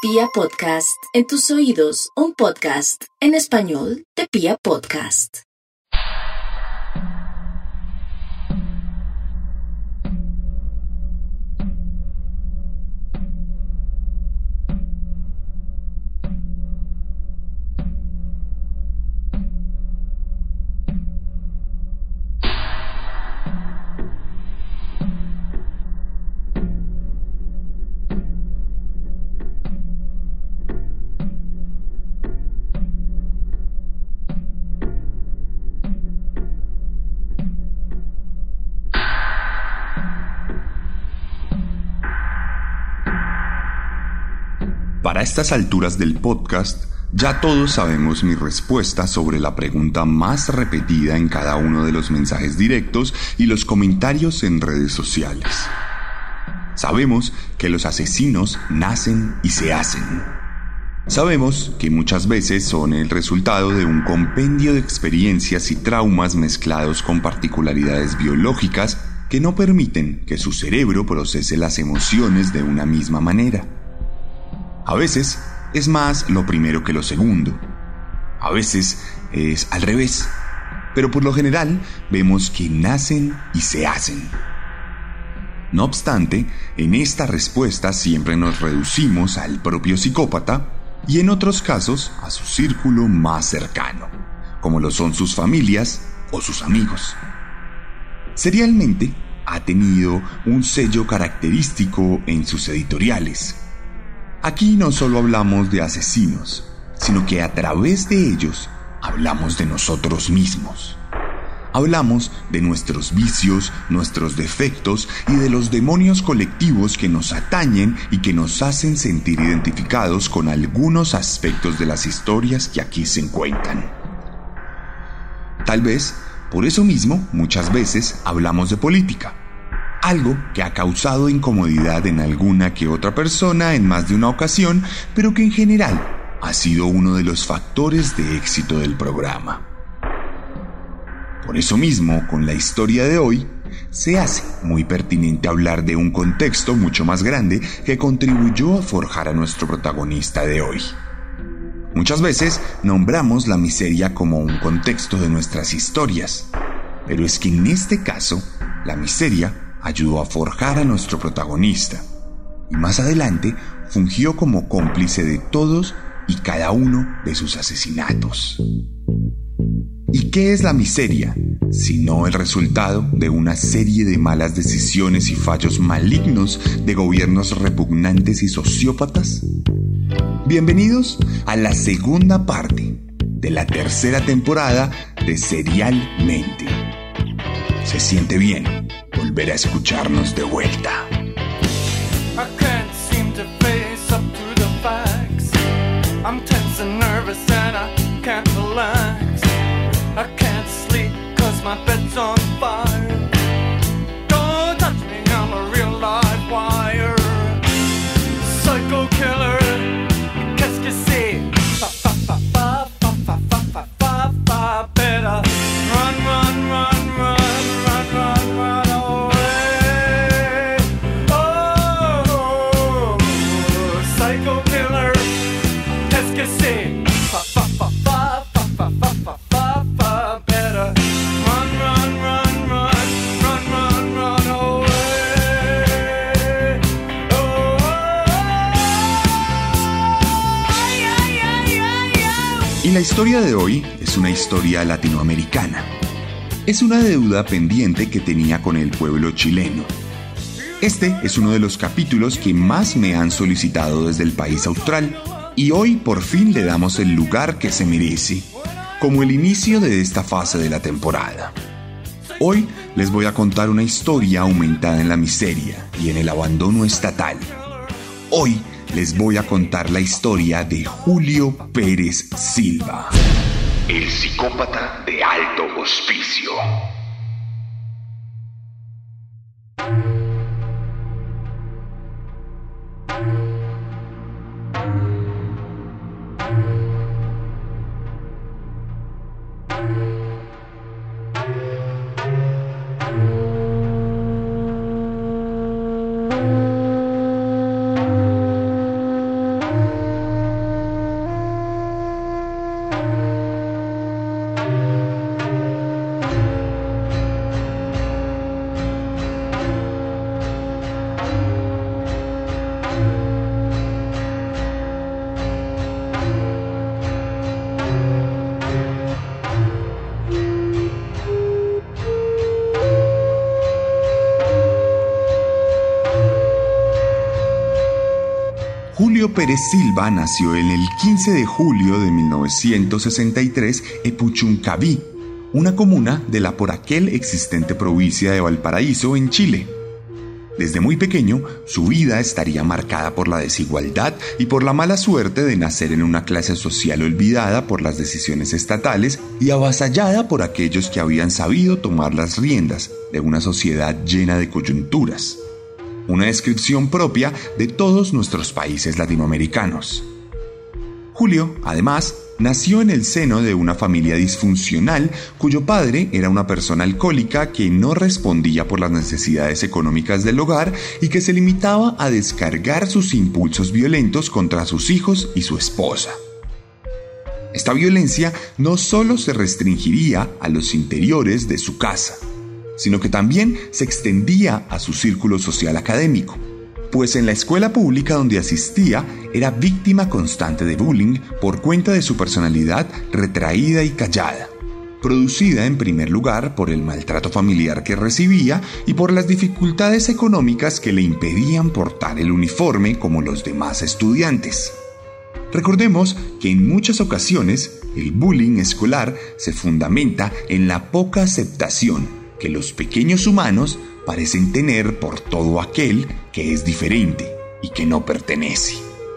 Pia Podcast, en tus oídos, un podcast en español de Pia Podcast. Para estas alturas del podcast, ya todos sabemos mi respuesta sobre la pregunta más repetida en cada uno de los mensajes directos y los comentarios en redes sociales. Sabemos que los asesinos nacen y se hacen. Sabemos que muchas veces son el resultado de un compendio de experiencias y traumas mezclados con particularidades biológicas que no permiten que su cerebro procese las emociones de una misma manera. A veces es más lo primero que lo segundo. A veces es al revés. Pero por lo general vemos que nacen y se hacen. No obstante, en esta respuesta siempre nos reducimos al propio psicópata y en otros casos a su círculo más cercano, como lo son sus familias o sus amigos. Serialmente ha tenido un sello característico en sus editoriales. Aquí no solo hablamos de asesinos, sino que a través de ellos hablamos de nosotros mismos. Hablamos de nuestros vicios, nuestros defectos y de los demonios colectivos que nos atañen y que nos hacen sentir identificados con algunos aspectos de las historias que aquí se cuentan. Tal vez, por eso mismo, muchas veces hablamos de política. Algo que ha causado incomodidad en alguna que otra persona en más de una ocasión, pero que en general ha sido uno de los factores de éxito del programa. Por eso mismo, con la historia de hoy, se hace muy pertinente hablar de un contexto mucho más grande que contribuyó a forjar a nuestro protagonista de hoy. Muchas veces nombramos la miseria como un contexto de nuestras historias, pero es que en este caso, la miseria ayudó a forjar a nuestro protagonista y más adelante fungió como cómplice de todos y cada uno de sus asesinatos. ¿Y qué es la miseria? Sino el resultado de una serie de malas decisiones y fallos malignos de gobiernos repugnantes y sociópatas. Bienvenidos a la segunda parte de la tercera temporada de Serialmente. Se siente bien volver a escucharnos de vuelta. I can't seem to face up to the facts. I'm tense and nervous and I can't relax. I can't sleep 'cause my bed's on fire. Don't touch me, I'm a real live wire. Psycho killer, qu'est-ce que c'est? Fa fa fa fa fa fa fa fa fa fa. Better run, run, run, run, run, run, run away. Oh, psycho killer, qu'est-ce que c'est? Fa fa fa fa fa fa fa fa fa fa. Better run, run, run, run, run, run, run away. Oh, ay, ay, ay, ay, ay. Y la historia de hoy es una historia latinoamericana. Es una deuda pendiente que tenía con el pueblo chileno. Este es uno de los capítulos que más me han solicitado desde el país austral y hoy por fin le damos el lugar que se merece, como el inicio de esta fase de la temporada. Hoy les voy a contar una historia aumentada en la miseria y en el abandono estatal. Hoy les voy a contar la historia de Julio Pérez Silva, el psicópata de alto hospicio. Julio Pérez Silva nació en el 15 de julio de 1963 en Puchuncaví, una comuna de la por aquel existente provincia de Valparaíso, en Chile. Desde muy pequeño, su vida estaría marcada por la desigualdad y por la mala suerte de nacer en una clase social olvidada por las decisiones estatales y avasallada por aquellos que habían sabido tomar las riendas de una sociedad llena de coyunturas. Una descripción propia de todos nuestros países latinoamericanos. Julio, además, nació en el seno de una familia disfuncional cuyo padre era una persona alcohólica que no respondía por las necesidades económicas del hogar y que se limitaba a descargar sus impulsos violentos contra sus hijos y su esposa. Esta violencia no solo se restringiría a los interiores de su casa, sino que también se extendía a su círculo social académico, pues en la escuela pública donde asistía era víctima constante de bullying por cuenta de su personalidad retraída y callada, producida en primer lugar por el maltrato familiar que recibía y por las dificultades económicas que le impedían portar el uniforme como los demás estudiantes. Recordemos que en muchas ocasiones el bullying escolar se fundamenta en la poca aceptación que los pequeños humanos parecen tener por todo aquel que es diferente y que no pertenece.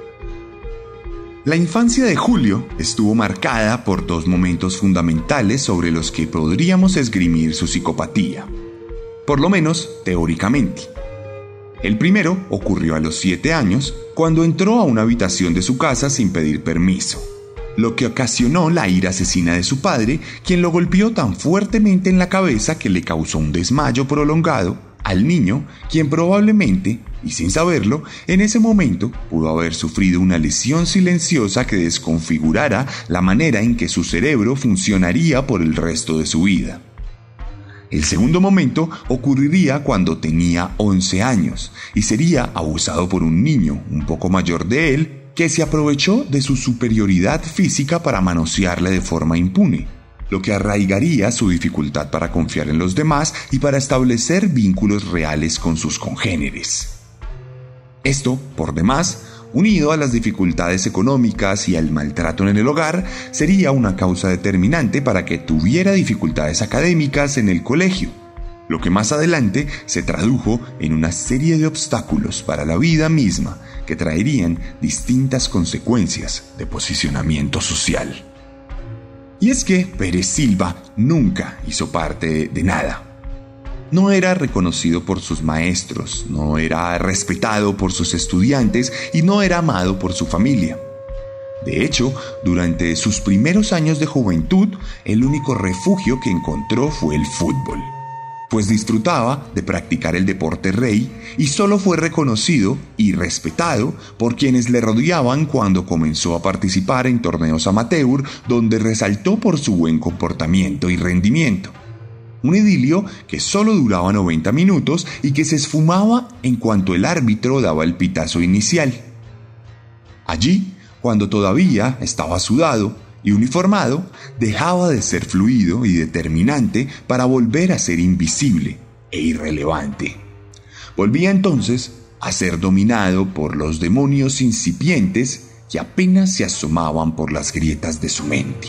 La infancia de Julio estuvo marcada por dos momentos fundamentales sobre los que podríamos esgrimir su psicopatía, por lo menos teóricamente. El primero ocurrió a los 7 años, cuando entró a una habitación de su casa sin pedir permiso, lo que ocasionó la ira asesina de su padre, quien lo golpeó tan fuertemente en la cabeza que le causó un desmayo prolongado al niño, quien probablemente, y sin saberlo, en ese momento pudo haber sufrido una lesión silenciosa que desconfigurara la manera en que su cerebro funcionaría por el resto de su vida. El segundo momento ocurriría cuando tenía 11 años y sería abusado por un niño un poco mayor de él, que se aprovechó de su superioridad física para manosearle de forma impune, lo que arraigaría su dificultad para confiar en los demás y para establecer vínculos reales con sus congéneres. Esto, por demás, unido a las dificultades económicas y al maltrato en el hogar, sería una causa determinante para que tuviera dificultades académicas en el colegio, lo que más adelante se tradujo en una serie de obstáculos para la vida misma que traerían distintas consecuencias de posicionamiento social. Y es que Pérez Silva nunca hizo parte de nada. No era reconocido por sus maestros, no era respetado por sus estudiantes y no era amado por su familia. De hecho, durante sus primeros años de juventud, el único refugio que encontró fue el fútbol, pues disfrutaba de practicar el deporte rey y solo fue reconocido y respetado por quienes le rodeaban cuando comenzó a participar en torneos amateur, donde resaltó por su buen comportamiento y rendimiento. Un idilio que solo duraba 90 minutos y que se esfumaba en cuanto el árbitro daba el pitazo inicial. Allí, cuando todavía estaba sudado y uniformado, dejaba de ser fluido y determinante para volver a ser invisible e irrelevante. Volvía entonces a ser dominado por los demonios incipientes que apenas se asomaban por las grietas de su mente.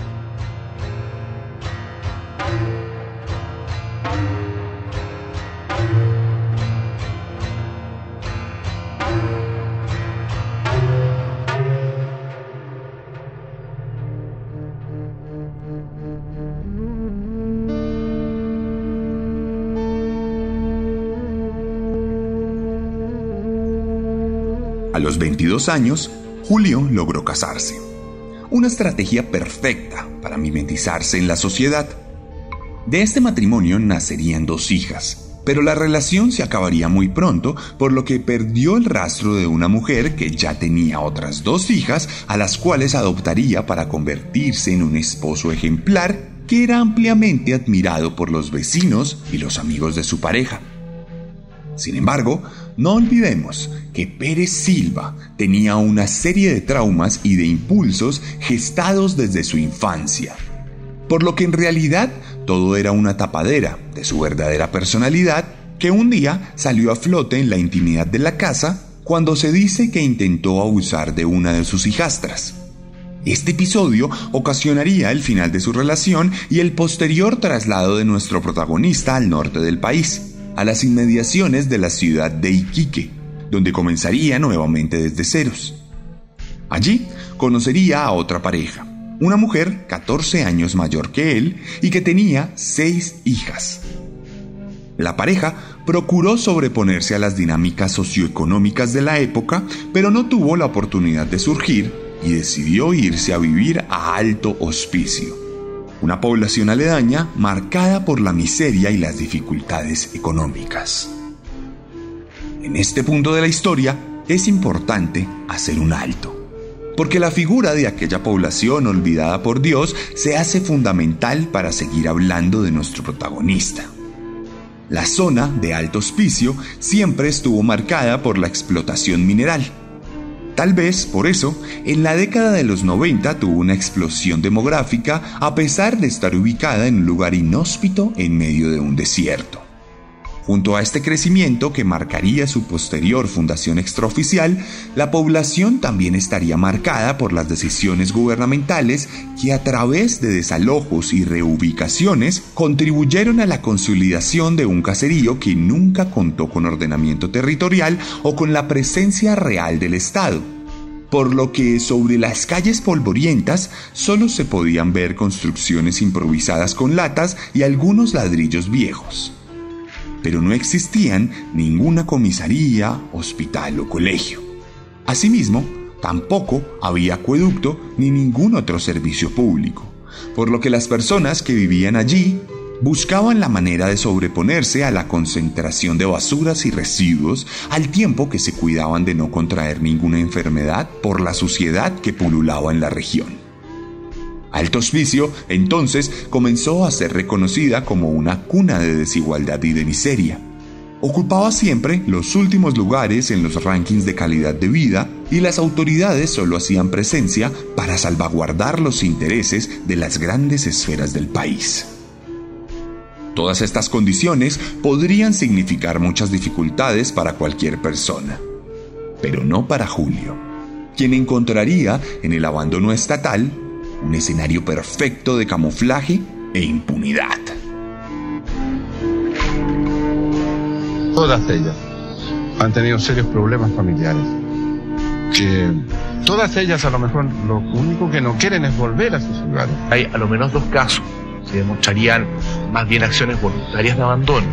A los 22 años, Julio logró casarse. Una estrategia perfecta para mimetizarse en la sociedad. De este matrimonio nacerían 2 hijas, pero la relación se acabaría muy pronto, por lo que perdió el rastro de una mujer que ya tenía otras 2 hijas, a las cuales adoptaría para convertirse en un esposo ejemplar que era ampliamente admirado por los vecinos y los amigos de su pareja. Sin embargo, no olvidemos que Pérez Silva tenía una serie de traumas y de impulsos gestados desde su infancia, por lo que en realidad todo era una tapadera de su verdadera personalidad que un día salió a flote en la intimidad de la casa cuando se dice que intentó abusar de una de sus hijastras. Este episodio ocasionaría el final de su relación y el posterior traslado de nuestro protagonista al norte del país, a las inmediaciones de la ciudad de Iquique, donde comenzaría nuevamente desde ceros. Allí conocería a otra pareja, una mujer 14 años mayor que él y que tenía 6 hijas. La pareja procuró sobreponerse a las dinámicas socioeconómicas de la época, pero no tuvo la oportunidad de surgir y decidió irse a vivir a Alto Hospicio, una población aledaña marcada por la miseria y las dificultades económicas. En este punto de la historia es importante hacer un alto, porque la figura de aquella población olvidada por Dios se hace fundamental para seguir hablando de nuestro protagonista. La zona de Alto Hospicio siempre estuvo marcada por la explotación mineral. Tal vez, por eso, en la década de los 90 tuvo una explosión demográfica a pesar de estar ubicada en un lugar inhóspito en medio de un desierto. Junto a este crecimiento que marcaría su posterior fundación extraoficial, la población también estaría marcada por las decisiones gubernamentales que a través de desalojos y reubicaciones contribuyeron a la consolidación de un caserío que nunca contó con ordenamiento territorial o con la presencia real del Estado, por lo que sobre las calles polvorientas solo se podían ver construcciones improvisadas con latas y algunos ladrillos viejos. Pero no existían ninguna comisaría, hospital o colegio. Asimismo, tampoco había acueducto ni ningún otro servicio público, por lo que las personas que vivían allí buscaban la manera de sobreponerse a la concentración de basuras y residuos, al tiempo que se cuidaban de no contraer ninguna enfermedad por la suciedad que pululaba en la región. Alto Hospicio, entonces, comenzó a ser reconocida como una cuna de desigualdad y de miseria. Ocupaba siempre los últimos lugares en los rankings de calidad de vida y las autoridades solo hacían presencia para salvaguardar los intereses de las grandes esferas del país. Todas estas condiciones podrían significar muchas dificultades para cualquier persona, pero no para Julio, quien encontraría en el abandono estatal un escenario perfecto de camuflaje e impunidad. Todas ellas han tenido serios problemas familiares. Que todas ellas a lo mejor lo único que no quieren es volver a sus hogares. Hay a lo menos 2 casos. Se demostrarían más bien acciones voluntarias de abandono.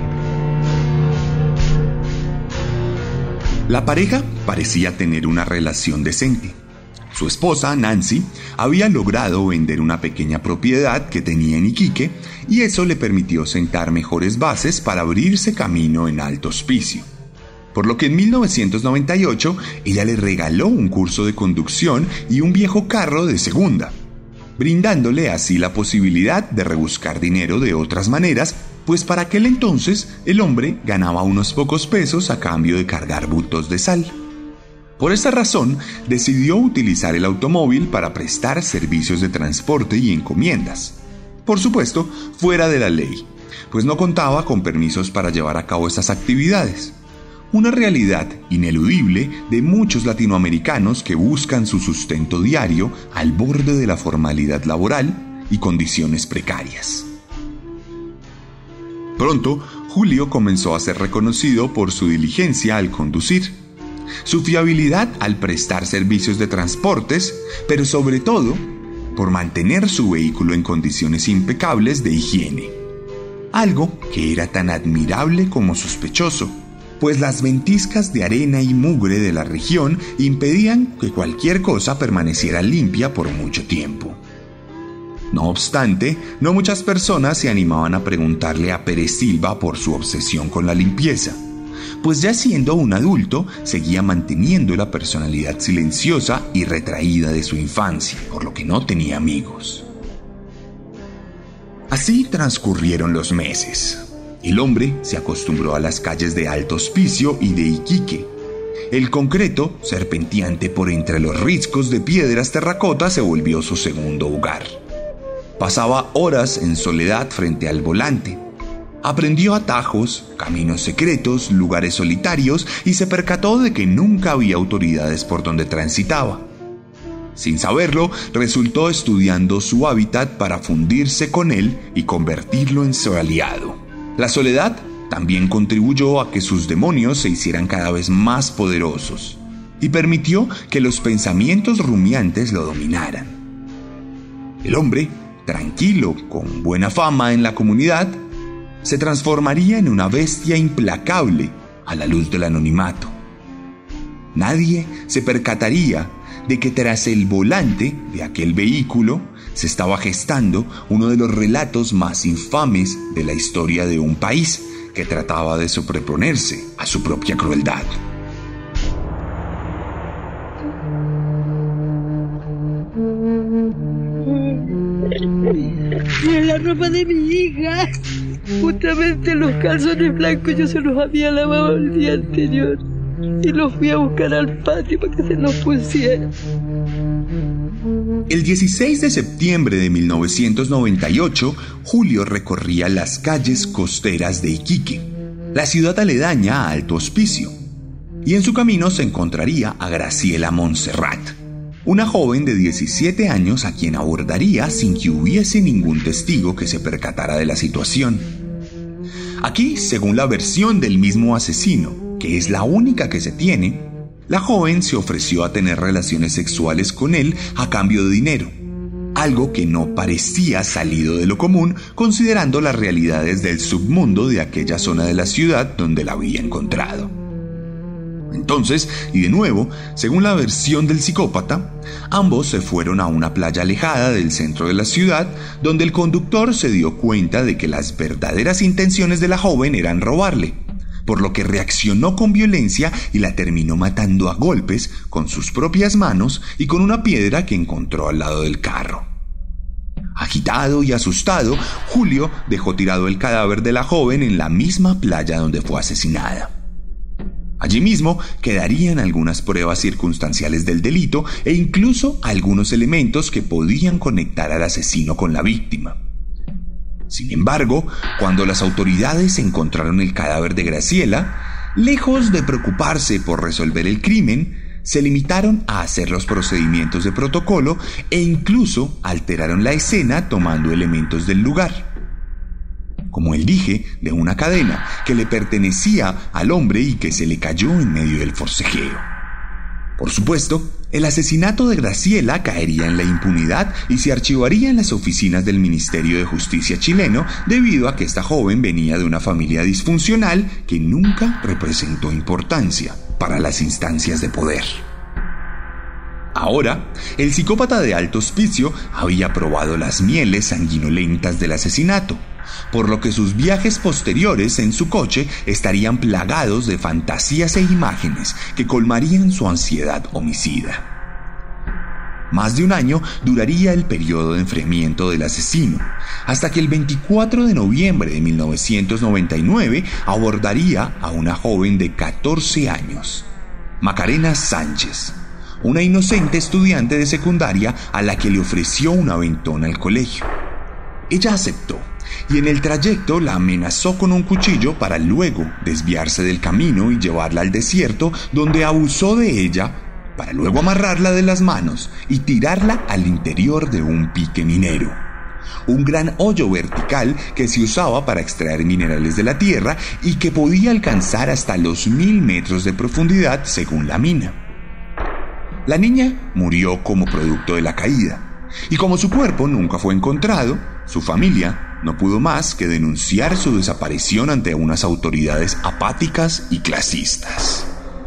La pareja parecía tener una relación decente. Su esposa, Nancy, había logrado vender una pequeña propiedad que tenía en Iquique y eso le permitió sentar mejores bases para abrirse camino en Alto Hospicio. Por lo que en 1998 ella le regaló un curso de conducción y un viejo carro de segunda, brindándole así la posibilidad de rebuscar dinero de otras maneras, pues para aquel entonces el hombre ganaba unos pocos pesos a cambio de cargar bultos de sal. Por esa razón, decidió utilizar el automóvil para prestar servicios de transporte y encomiendas. Por supuesto, fuera de la ley, pues no contaba con permisos para llevar a cabo esas actividades. Una realidad ineludible de muchos latinoamericanos que buscan su sustento diario al borde de la formalidad laboral y condiciones precarias. Pronto, Julio comenzó a ser reconocido por su diligencia al conducir, su fiabilidad al prestar servicios de transportes, pero sobre todo por mantener su vehículo en condiciones impecables de higiene. Algo que era tan admirable como sospechoso, pues las ventiscas de arena y mugre de la región impedían que cualquier cosa permaneciera limpia por mucho tiempo. No obstante, no muchas personas se animaban a preguntarle a Pérez Silva por su obsesión con la limpieza, pues ya siendo un adulto seguía manteniendo la personalidad silenciosa y retraída de su infancia, por lo que no tenía amigos. Así transcurrieron los meses. El hombre se acostumbró a las calles de Alto Hospicio y de Iquique. El concreto, serpenteante por entre los riscos de piedras terracotas, se volvió su segundo hogar. Pasaba horas en soledad frente al volante. Aprendió atajos, caminos secretos, lugares solitarios y se percató de que nunca había autoridades por donde transitaba. Sin saberlo, resultó estudiando su hábitat para fundirse con él y convertirlo en su aliado. La soledad también contribuyó a que sus demonios se hicieran cada vez más poderosos y permitió que los pensamientos rumiantes lo dominaran. El hombre, tranquilo, con buena fama en la comunidad, se transformaría en una bestia implacable a la luz del anonimato. Nadie se percataría de que tras el volante de aquel vehículo se estaba gestando uno de los relatos más infames de la historia de un país que trataba de sobreponerse a su propia crueldad. Miren la ropa de mi hija. Justamente los calzones blancos yo se los había lavado el día anterior y los fui a buscar al patio para que se los pusiera. El 16 de septiembre de 1998, Julio recorría las calles costeras de Iquique, la ciudad aledaña a Alto Hospicio, y en su camino se encontraría a Graciela Montserrat, una joven de 17 años a quien abordaría sin que hubiese ningún testigo que se percatara de la situación. Aquí, según la versión del mismo asesino, que es la única que se tiene, la joven se ofreció a tener relaciones sexuales con él a cambio de dinero, algo que no parecía salido de lo común considerando las realidades del submundo de aquella zona de la ciudad donde la había encontrado. Entonces, y de nuevo, según la versión del psicópata, ambos se fueron a una playa alejada del centro de la ciudad, donde el conductor se dio cuenta de que las verdaderas intenciones de la joven eran robarle, por lo que reaccionó con violencia y la terminó matando a golpes con sus propias manos y con una piedra que encontró al lado del carro. Agitado y asustado, Julio dejó tirado el cadáver de la joven en la misma playa donde fue asesinada. Allí mismo quedarían algunas pruebas circunstanciales del delito e incluso algunos elementos que podían conectar al asesino con la víctima. Sin embargo, cuando las autoridades encontraron el cadáver de Graciela, lejos de preocuparse por resolver el crimen, se limitaron a hacer los procedimientos de protocolo e incluso alteraron la escena tomando elementos del lugar, como el dije de una cadena que le pertenecía al hombre y que se le cayó en medio del forcejeo. Por supuesto, el asesinato de Graciela caería en la impunidad y se archivaría en las oficinas del Ministerio de Justicia chileno debido a que esta joven venía de una familia disfuncional que nunca representó importancia para las instancias de poder. Ahora, el psicópata de Alto Hospicio había probado las mieles sanguinolentas del asesinato, por lo que sus viajes posteriores en su coche estarían plagados de fantasías e imágenes que colmarían su ansiedad homicida. Más de un año duraría el periodo de enfriamiento del asesino, hasta que el 24 de noviembre de 1999 abordaría a una joven de 14 años, Macarena Sánchez, una inocente estudiante de secundaria a la que le ofreció un aventón al colegio. Ella aceptó y en el trayecto la amenazó con un cuchillo para luego desviarse del camino y llevarla al desierto, donde abusó de ella para luego amarrarla de las manos y tirarla al interior de un pique minero, un gran hoyo vertical que se usaba para extraer minerales de la tierra y que podía alcanzar hasta los 1000 metros de profundidad según la mina. La niña murió como producto de la caída, y como su cuerpo nunca fue encontrado, su familia no pudo más que denunciar su desaparición ante unas autoridades apáticas y clasistas.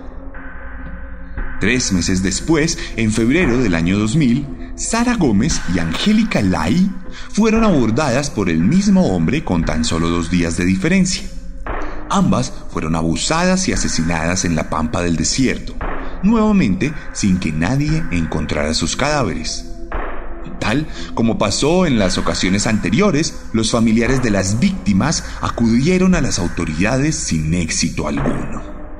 3 meses después, en febrero del año 2000, Sara Gómez y Angélica Lai fueron abordadas por el mismo hombre con tan solo 2 días de diferencia. Ambas fueron abusadas y asesinadas en la pampa del desierto, nuevamente sin que nadie encontrara sus cadáveres. Tal como pasó en las ocasiones anteriores, los familiares de las víctimas acudieron a las autoridades sin éxito alguno.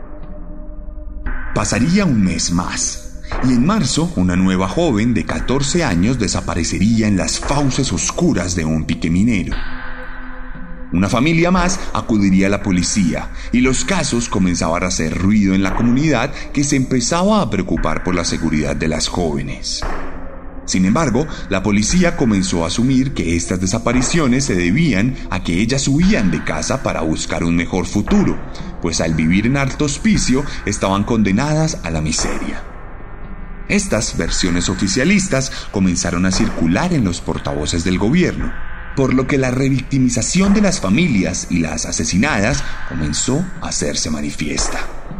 Pasaría un mes más, y en marzo una nueva joven de 14 años desaparecería en las fauces oscuras de un pique minero. Una familia más acudiría a la policía y los casos comenzaban a hacer ruido en la comunidad, que se empezaba a preocupar por la seguridad de las jóvenes. Sin embargo, la policía comenzó a asumir que estas desapariciones se debían a que ellas huían de casa para buscar un mejor futuro, pues al vivir en alto hospicio estaban condenadas a la miseria. Estas versiones oficialistas comenzaron a circular en los portavoces del gobierno, por lo que la revictimización de las familias y las asesinadas comenzó a hacerse manifiesta.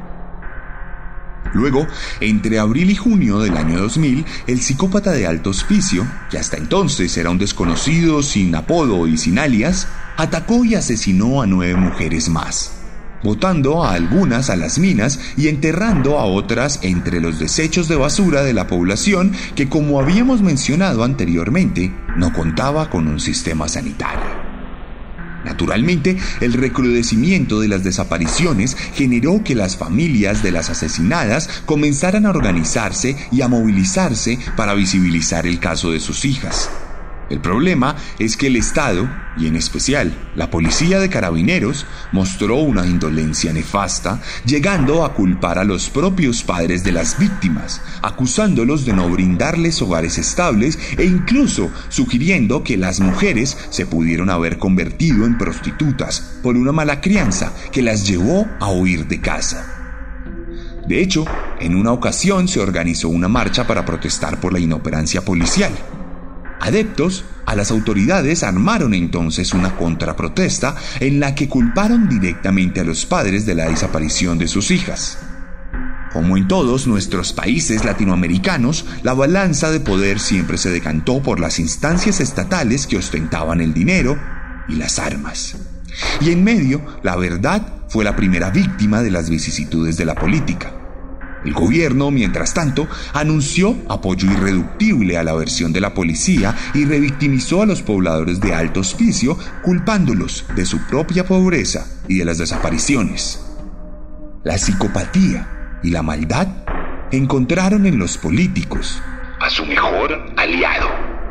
Luego, entre abril y junio del año 2000, el psicópata de alto hospicio, que hasta entonces era un desconocido sin apodo y sin alias, atacó y asesinó a 9 mujeres más, botando a algunas a las minas y enterrando a otras entre los desechos de basura de la población que, como habíamos mencionado anteriormente, no contaba con un sistema sanitario. Naturalmente, el recrudecimiento de las desapariciones generó que las familias de las asesinadas comenzaran a organizarse y a movilizarse para visibilizar el caso de sus hijas. El problema es que el Estado, y en especial la Policía de Carabineros, mostró una indolencia nefasta, llegando a culpar a los propios padres de las víctimas, acusándolos de no brindarles hogares estables e incluso sugiriendo que las mujeres se pudieron haber convertido en prostitutas por una mala crianza que las llevó a huir de casa. De hecho, en una ocasión se organizó una marcha para protestar por la inoperancia policial. Adeptos a las autoridades armaron entonces una contraprotesta en la que culparon directamente a los padres de la desaparición de sus hijas. Como en todos nuestros países latinoamericanos, la balanza de poder siempre se decantó por las instancias estatales que ostentaban el dinero y las armas. Y en medio, la verdad fue la primera víctima de las vicisitudes de la política. El gobierno, mientras tanto, anunció apoyo irreductible a la versión de la policía y revictimizó a los pobladores de alto hospicio, culpándolos de su propia pobreza y de las desapariciones. La psicopatía y la maldad encontraron en los políticos a su mejor aliado.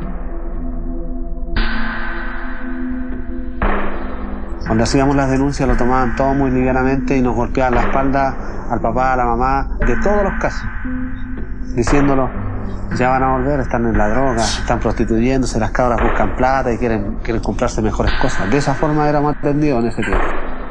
Cuando hacíamos las denuncias lo tomaban todo muy livianamente y nos golpeaban la espalda al papá, a la mamá, de todos los casos, diciéndolo, ya van a volver, están en la droga, están prostituyéndose, las cabras buscan plata y quieren comprarse mejores cosas. De esa forma éramos atendidos en ese tiempo.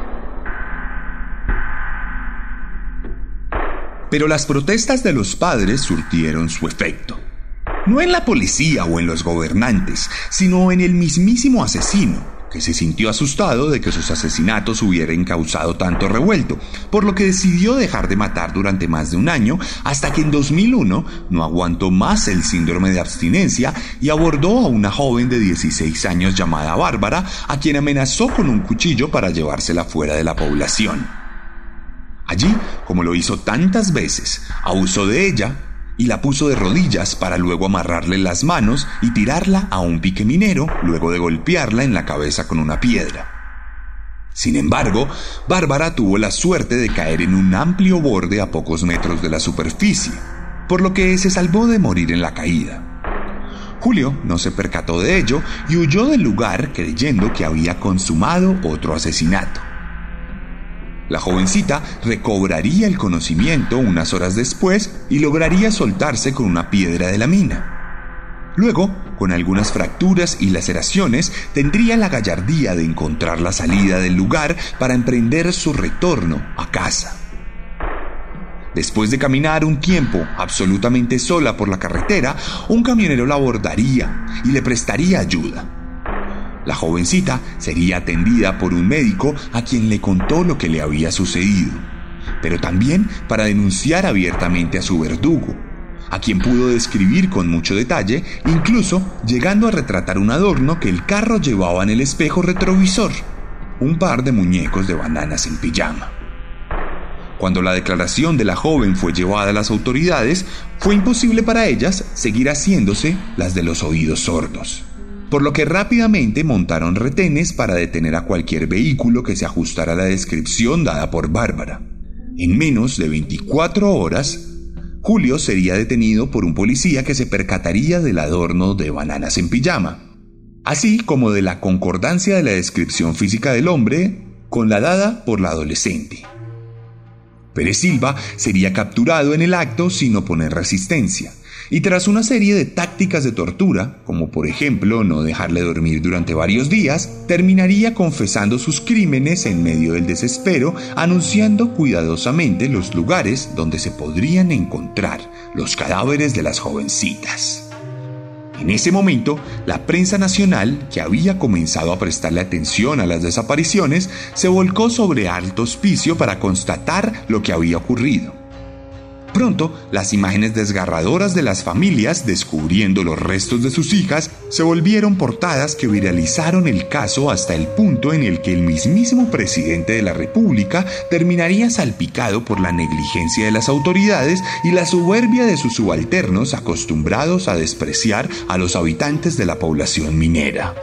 Pero las protestas de los padres surtieron su efecto. No en la policía o en los gobernantes, sino en el mismísimo asesino, que se sintió asustado de que sus asesinatos hubieran causado tanto revuelto, por lo que decidió dejar de matar durante más de un año, hasta que en 2001 no aguantó más el síndrome de abstinencia y abordó a una joven de 16 años llamada Bárbara, a quien amenazó con un cuchillo para llevársela fuera de la población. Allí, como lo hizo tantas veces, abusó de ella y la puso de rodillas para luego amarrarle las manos y tirarla a un pique minero, luego de golpearla en la cabeza con una piedra. Sin embargo, Bárbara tuvo la suerte de caer en un amplio borde a pocos metros de la superficie, por lo que se salvó de morir en la caída. Julio no se percató de ello y huyó del lugar creyendo que había consumado otro asesinato. La jovencita recobraría el conocimiento unas horas después y lograría soltarse con una piedra de la mina. Luego, con algunas fracturas y laceraciones, tendría la gallardía de encontrar la salida del lugar para emprender su retorno a casa. Después de caminar un tiempo absolutamente sola por la carretera, un camionero la abordaría y le prestaría ayuda. La jovencita sería atendida por un médico a quien le contó lo que le había sucedido, pero también para denunciar abiertamente a su verdugo, a quien pudo describir con mucho detalle, incluso llegando a retratar un adorno que el carro llevaba en el espejo retrovisor, un par de muñecos de bananas en pijama. Cuando la declaración de la joven fue llevada a las autoridades, fue imposible para ellas seguir haciéndose las de los oídos sordos, por lo que rápidamente montaron retenes para detener a cualquier vehículo que se ajustara a la descripción dada por Bárbara. En menos de 24 horas, Julio sería detenido por un policía que se percataría del adorno de bananas en pijama. así como de la concordancia de la descripción física del hombre con la dada por la adolescente. Pérez Silva sería capturado en el acto sin oponer resistencia, y tras una serie de tácticas de tortura, como por ejemplo no dejarle dormir durante varios días, terminaría confesando sus crímenes en medio del desespero, anunciando cuidadosamente los lugares donde se podrían encontrar los cadáveres de las jovencitas. En ese momento, la prensa nacional, que había comenzado a prestarle atención a las desapariciones, se volcó sobre Alto Hospicio para constatar lo que había ocurrido. Pronto, las imágenes desgarradoras de las familias descubriendo los restos de sus hijas se volvieron portadas que viralizaron el caso hasta el punto en el que el mismísimo presidente de la República terminaría salpicado por la negligencia de las autoridades y la soberbia de sus subalternos acostumbrados a despreciar a los habitantes de la población minera.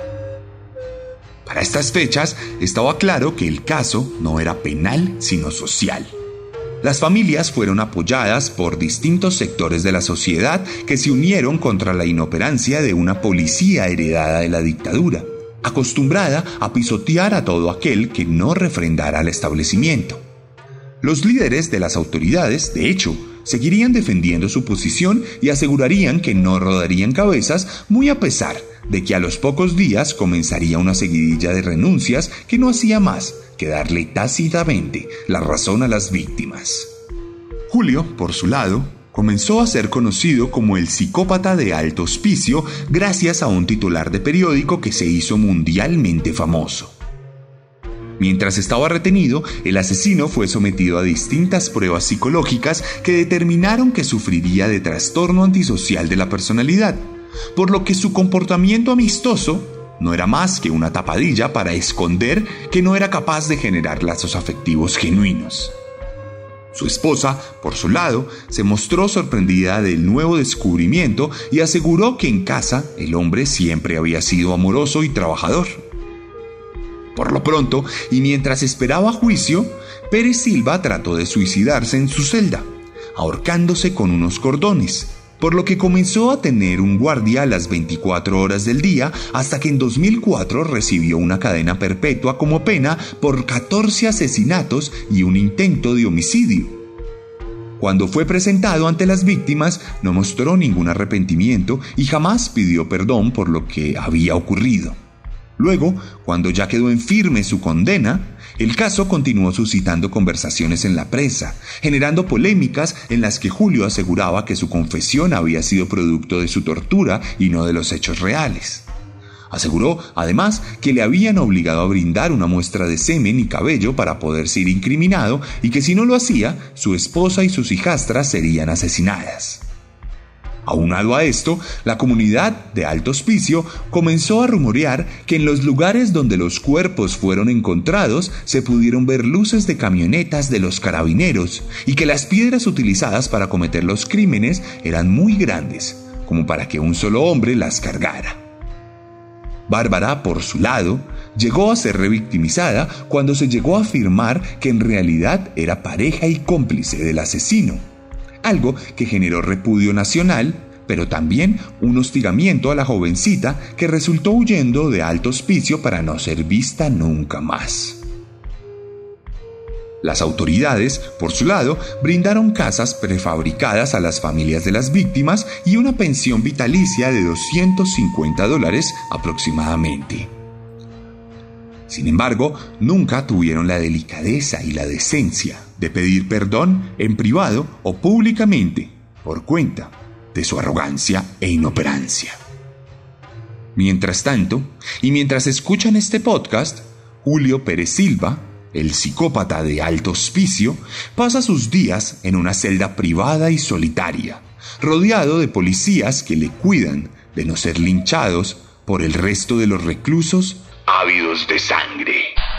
Para estas fechas estaba claro que el caso no era penal sino social. Las familias fueron apoyadas por distintos sectores de la sociedad que se unieron contra la inoperancia de una policía heredada de la dictadura, acostumbrada a pisotear a todo aquel que no refrendara al establecimiento. Los líderes de las autoridades, de hecho, seguirían defendiendo su posición y asegurarían que no rodarían cabezas, muy a pesar de que a los pocos días comenzaría una seguidilla de renuncias que no hacía más que darle tácitamente la razón a las víctimas. Julio, por su lado, comenzó a ser conocido como el psicópata de Alto Hospicio gracias a un titular de periódico que se hizo mundialmente famoso. Mientras estaba retenido, el asesino fue sometido a distintas pruebas psicológicas que determinaron que sufriría de trastorno antisocial de la personalidad, por lo que su comportamiento amistoso no era más que una tapadilla para esconder que no era capaz de generar lazos afectivos genuinos. Su esposa, por su lado, se mostró sorprendida del nuevo descubrimiento y aseguró que en casa el hombre siempre había sido amoroso y trabajador. Por lo pronto, y mientras esperaba juicio, Pérez Silva trató de suicidarse en su celda, ahorcándose con unos cordones, por lo que comenzó a tener un guardia a las 24 horas del día hasta que en 2004 recibió una cadena perpetua como pena por 14 asesinatos y un intento de homicidio. Cuando fue presentado ante las víctimas, no mostró ningún arrepentimiento y jamás pidió perdón por lo que había ocurrido. Luego, cuando ya quedó en firme su condena, el caso continuó suscitando conversaciones en la prensa, generando polémicas en las que Julio aseguraba que su confesión había sido producto de su tortura y no de los hechos reales. Aseguró, además, que le habían obligado a brindar una muestra de semen y cabello para poder ser incriminado y que si no lo hacía, su esposa y sus hijastras serían asesinadas. Aunado a esto, la comunidad de Alto Hospicio comenzó a rumorear que en los lugares donde los cuerpos fueron encontrados se pudieron ver luces de camionetas de los carabineros y que las piedras utilizadas para cometer los crímenes eran muy grandes, como para que un solo hombre las cargara. Bárbara, por su lado, llegó a ser revictimizada cuando se llegó a afirmar que en realidad era pareja y cómplice del asesino, algo que generó repudio nacional, pero también un hostigamiento a la jovencita que resultó huyendo de Alto Hospicio para no ser vista nunca más. Las autoridades, por su lado, brindaron casas prefabricadas a las familias de las víctimas y una pensión vitalicia de $250 aproximadamente. Sin embargo, nunca tuvieron la delicadeza y la decencia de pedir perdón en privado o públicamente por cuenta de su arrogancia e inoperancia. Mientras tanto, y mientras escuchan este podcast, Julio Pérez Silva, el psicópata de Alto Hospicio, pasa sus días en una celda privada y solitaria, rodeado de policías que le cuidan de no ser linchados por el resto de los reclusos ávidos de sangre.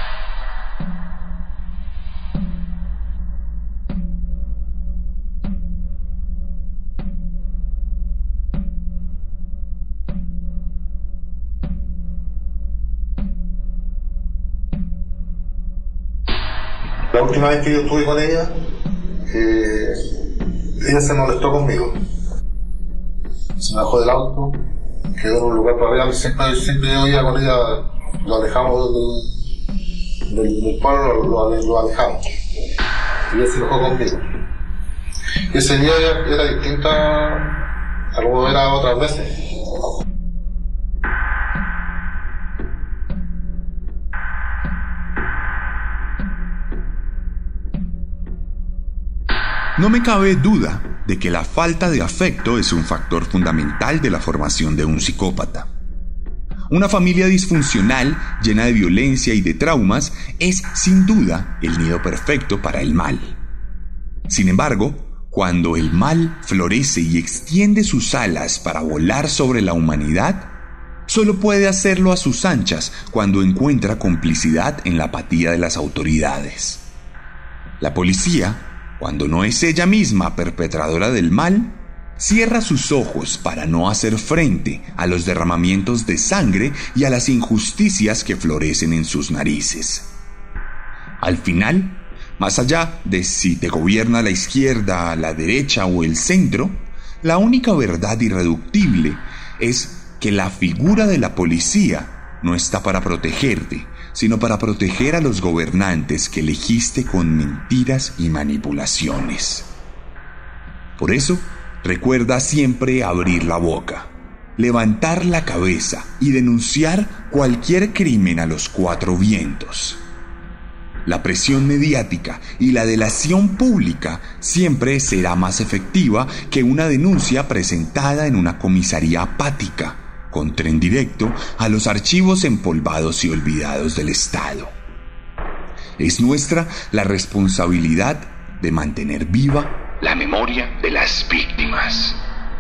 La última vez que yo estuve con ella, ella se molestó conmigo. Se bajó del auto, quedó en un lugar todavía, siempre yo iba con ella, lo alejamos del pueblo, lo alejamos. Y él se enojó conmigo. Y ese día era distinta a como era otras veces. No me cabe duda de que la falta de afecto es un factor fundamental de la formación de un psicópata. Una familia disfuncional, llena de violencia y de traumas, es sin duda el nido perfecto para el mal. Sin embargo, cuando el mal florece y extiende sus alas para volar sobre la humanidad, solo puede hacerlo a sus anchas cuando encuentra complicidad en la apatía de las autoridades. La policía, cuando no es ella misma perpetradora del mal, cierra sus ojos para no hacer frente a los derramamientos de sangre y a las injusticias que florecen en sus narices. Al final, más allá de si te gobierna la izquierda, la derecha o el centro, la única verdad irreductible es que la figura de la policía no está para protegerte, sino para proteger a los gobernantes que elegiste con mentiras y manipulaciones. Por eso, recuerda siempre abrir la boca, levantar la cabeza y denunciar cualquier crimen a los cuatro vientos. La presión mediática y la delación pública siempre será más efectiva que una denuncia presentada en una comisaría apática, con tren directo a los archivos empolvados y olvidados del Estado. Es nuestra la responsabilidad de mantener viva la memoria de las víctimas.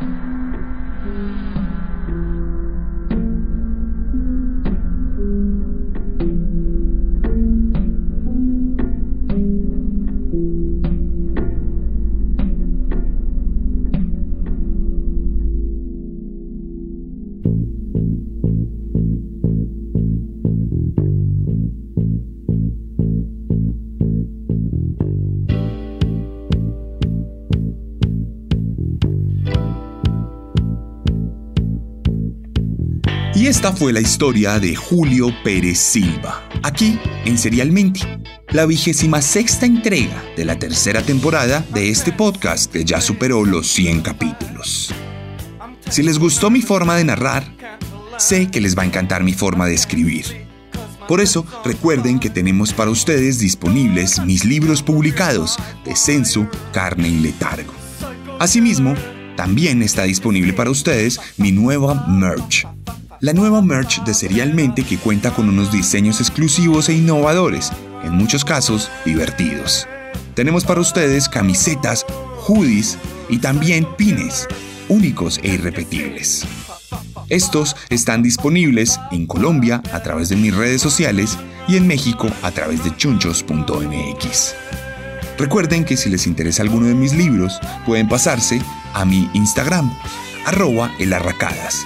Y esta fue la historia de Julio Pérez Silva, aquí en Serialmente, la 26ª entrega de la tercera temporada de este podcast que ya superó los 100 capítulos. Si les gustó mi forma de narrar, sé que les va a encantar mi forma de escribir. Por eso, recuerden que tenemos para ustedes disponibles mis libros publicados, Descenso, Carne y Letargo. Asimismo, también está disponible para ustedes mi nueva merch. La nueva merch de Serialmente, que cuenta con unos diseños exclusivos e innovadores, en muchos casos divertidos. Tenemos para ustedes camisetas, hoodies y también pines, únicos e irrepetibles. Estos están disponibles en Colombia a través de mis redes sociales y en México a través de chunchos.mx. Recuerden que si les interesa alguno de mis libros, pueden pasarse a mi Instagram, @elarracadas,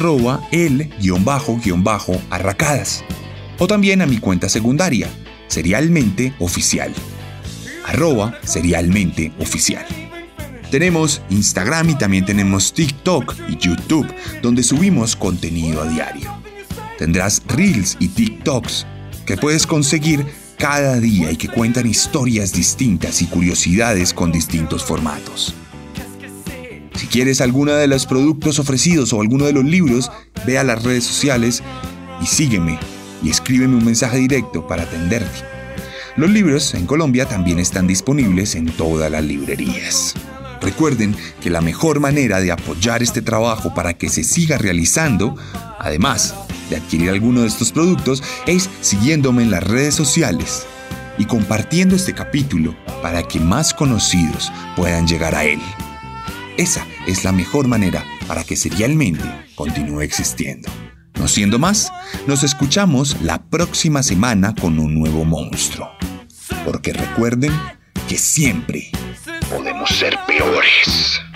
@el_arracadas, o también a mi cuenta secundaria, Serialmente Oficial, @serialmente oficial. Tenemos Instagram y también tenemos TikTok y YouTube, donde subimos contenido a diario. Tendrás Reels y TikToks que puedes conseguir cada día y que cuentan historias distintas y curiosidades con distintos formatos. Si quieres alguno de los productos ofrecidos o alguno de los libros, ve a las redes sociales y sígueme y escríbeme un mensaje directo para atenderte. Los libros en Colombia también están disponibles en todas las librerías. Recuerden que la mejor manera de apoyar este trabajo para que se siga realizando, además de adquirir alguno de estos productos, es siguiéndome en las redes sociales y compartiendo este capítulo para que más conocidos puedan llegar a él. Esa es la mejor manera para que Serialmente continúe existiendo. No siendo más, nos escuchamos la próxima semana con un nuevo monstruo. Porque recuerden que siempre podemos ser peores.